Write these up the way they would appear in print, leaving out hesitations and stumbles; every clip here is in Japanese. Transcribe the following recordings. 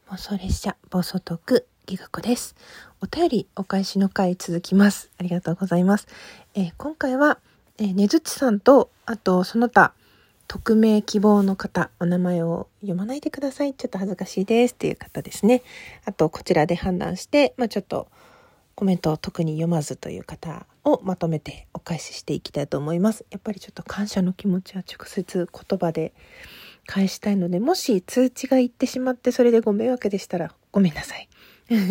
妄想列車暴走トークギガ子です。お便りお返しの回続きます。ありがとうございます。今回は、ねずちさんとあとその他匿名希望の方、お名前を読まないでください、ちょっと恥ずかしいですっていう方ですね。あとこちらで判断して、ちょっとコメントを特に読まずという方をまとめてお返ししていきたいと思います。やっぱりちょっと感謝の気持ちは直接言葉で返したいので、もし通知が行ってしまってそれでご迷惑でしたらごめんなさい。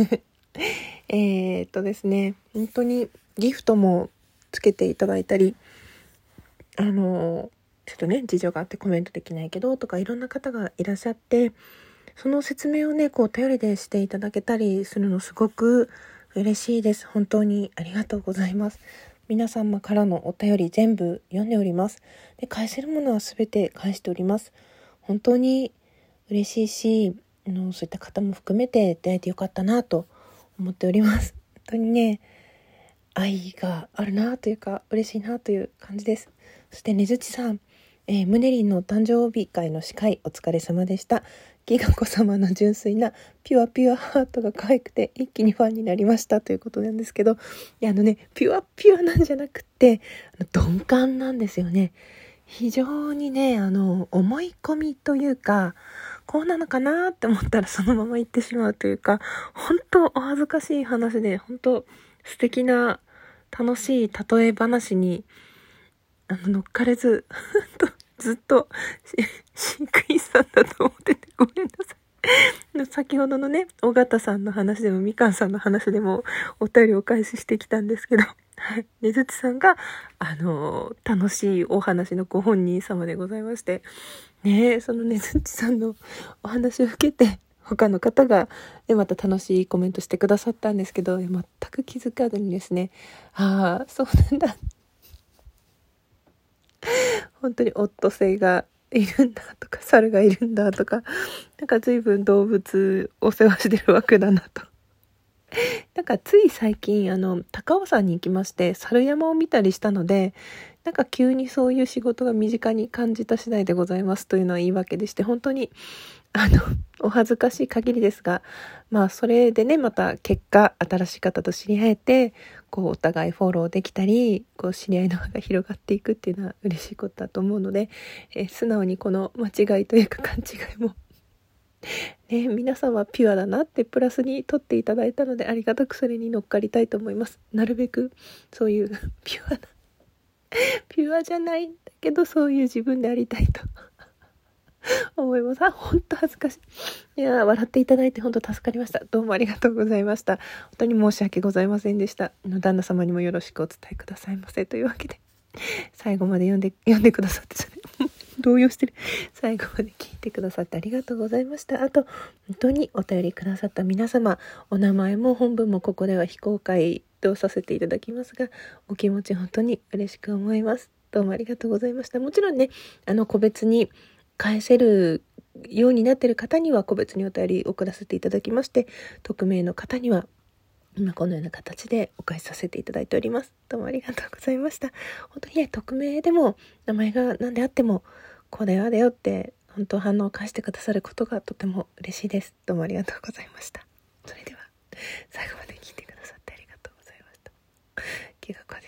ですね、本当にギフトもつけていただいたり、ちょっとね事情があってコメントできないけどとかいろんな方がいらっしゃって、その説明をねお便りでしていただけたりするのすごく嬉しいです。本当にありがとうございます。皆様からのお便り全部読んでおります。で、返せるものは全て返しております。本当に嬉しいし、そういった方も含めて出会えてよかったなと思っております。本当にね、愛があるなというか嬉しいなという感じです。そしてねずちさん、ムネリンの誕生日会の司会お疲れ様でした。ギガ子様の純粋なピュアピュアハートが可愛くて一気にファンになりましたということなんですけど、ピュアピュアなんじゃなくて鈍感なんですよね。非常にね思い込みというか、こうなのかなって思ったらそのまま言ってしまうというか、本当お恥ずかしい話で、本当素敵な楽しい例え話に乗っかれずずっと飼育員さんだと思っててごめんなさい。先ほどのね尾形さんの話でもみかんさんの話でもお便りお返ししてきたんですけど、ねずちさんが楽しいお話のご本人様でございましてね、そのねずちさんのお話を受けて他の方が、また楽しいコメントしてくださったんですけど、全く気づかずにですね、そうなんだ、本当にオットセイがいるんだとか猿がいるんだとか、随分動物お世話してるわけだなと。つい最近高尾山に行きまして猿山を見たりしたので、急にそういう仕事が身近に感じた次第でございますというのは言い訳でして、本当にお恥ずかしい限りですが、それでねまた結果新しい方と知り合えてお互いフォローできたり知り合いの輪が広がっていくっていうのは嬉しいことだと思うので、素直にこの間違いというか勘違いも皆様ピュアだなってプラスに取っていただいたので、ありがたくそれに乗っかりたいと思います。なるべくそういうピュアじゃないんだけどそういう自分でありたいと思います。本当恥ずかしい。笑っていただいて本当助かりました。どうもありがとうございました。本当に申し訳ございませんでした。旦那様にもよろしくお伝えくださいませというわけで、最後まで読んでくださって動揺してる。最後まで聞いてくださってありがとうございました。あと本当にお便りくださった皆様、お名前も本文もここでは非公開とさせていただきますが、お気持ち本当に嬉しく思います。どうもありがとうございました。もちろんね個別に返せるようになっている方には個別にお便り送らせていただきまして、匿名の方には今このような形でお返しさせていただいております。どうもありがとうございました。本当にね匿名でも名前が何であってもこうだよああだよって本当反応を返してくださることがとても嬉しいです。どうもありがとうございました。それでは最後まで聞いてくださってありがとうございました。ギガ子です。